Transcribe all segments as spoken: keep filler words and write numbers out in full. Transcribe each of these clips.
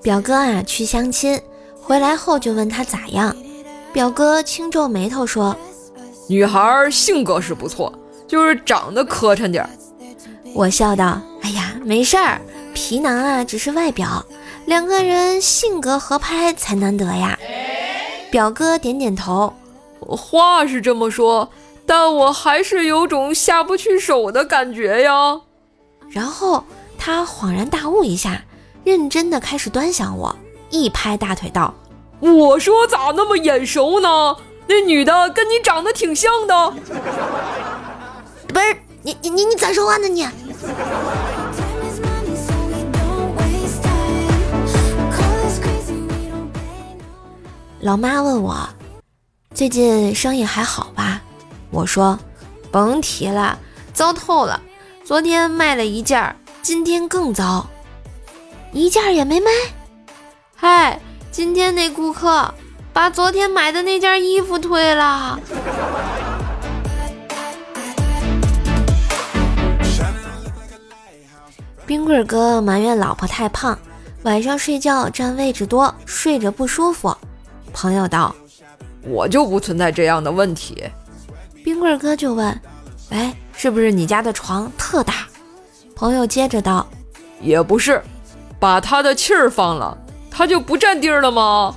表哥啊去相亲，回来后就问他咋样。表哥轻皱眉头说， 女孩性格是不错，就是长得磕碜点。 我笑道，哎呀没事儿，皮囊啊只是外表，两个人性格合拍才难得呀。表哥点点头， 话是这么说，但我还是有种下不去手的感觉呀。 然后他恍然大悟一下，认真的开始端详我，一拍大腿道， 我说咋那么眼熟呢？那女的跟你长得挺像的。 不是你你你你咋说话呢你？老妈问我最近生意还好吧？我说甭提了，糟透了，昨天卖了一件，今天更糟，一件也没卖。嗨，今天那顾客把昨天买的那件衣服退了。冰棍哥埋怨老婆太胖，晚上睡觉占位置多，睡着不舒服。朋友道， 我就不存在这样的问题。 冰棍哥就问，喂，是不是你家的床特大？朋友接着道， 也不是，把他的气儿放了，他就不占地儿了吗？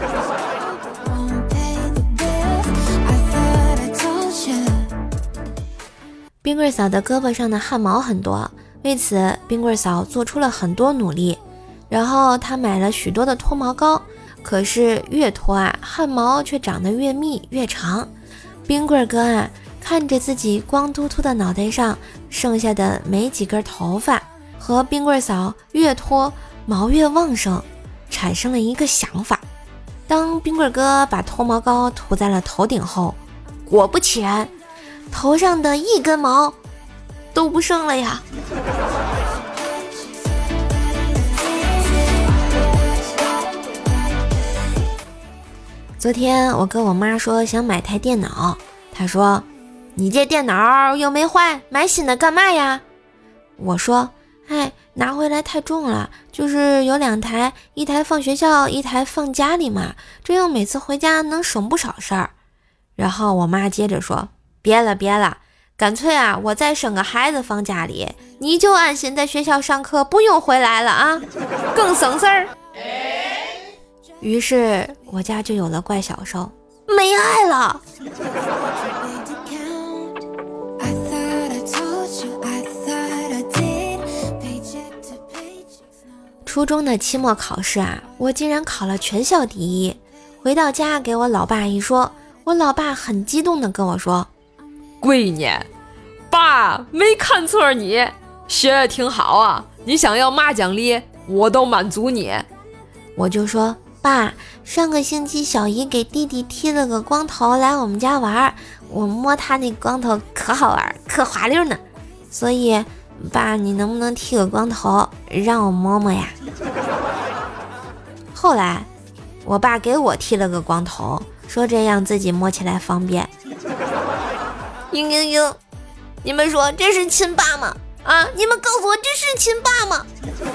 冰棍嫂的胳膊上的汗毛很多，为此冰棍嫂做出了很多努力，然后她买了许多的脱毛膏，可是越脱啊，汗毛却长得越密越长。冰棍哥啊，看着自己光秃秃的脑袋上剩下的没几根头发，和冰棍嫂越脱毛越旺盛，产生了一个想法。当冰棍哥把脱毛膏涂在了头顶后，果不其然，头上的一根毛都不剩了呀。昨天我跟我妈说想买台电脑，她说你这电脑又没坏，买新的干嘛呀？我说哎，拿回来太重了，就是有两台，一台放学校，一台放家里嘛，这样每次回家能省不少事儿。然后我妈接着说，别了别了，干脆啊我再生个孩子放家里，你就安心在学校上课，不用回来了啊，更省事儿。于是我家就有了怪小兽，没爱了。初中的期末考试啊，我竟然考了全校第一。回到家给我老爸一说，我老爸很激动地跟我说， 闺女，爸没看错你，学得挺好啊，你想要嘛奖励我都满足你。 我就说，爸，上个星期小姨给弟弟剃了个光头来我们家玩，我摸他那光头可好玩可滑溜呢，所以爸你能不能剃个光头让我摸摸呀？后来我爸给我剃了个光头，说这样自己摸起来方便。嘤嘤嘤，你们说这是亲爸吗？啊，你们告诉我这是亲爸吗？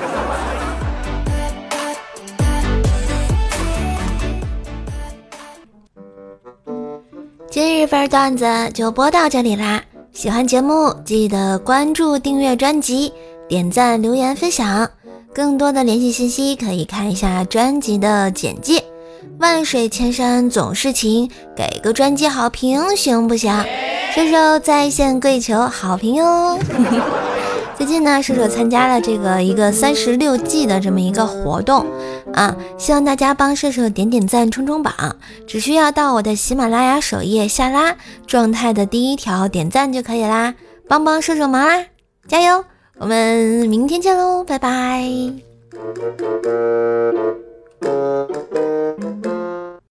今日份段子就播到这里啦，喜欢节目记得关注订阅专辑，点赞留言分享，更多的联系信息可以看一下专辑的简介。万水千山总是情，给个专辑好评行不行？射手在线跪求好评哟。最近呢，射手参加了这个一个三十六计的这么一个活动啊，希望大家帮射手点点赞冲冲榜，只需要到我的喜马拉雅首页下拉状态的第一条点赞就可以啦，帮帮射手忙啦，加油！我们明天见喽，拜拜。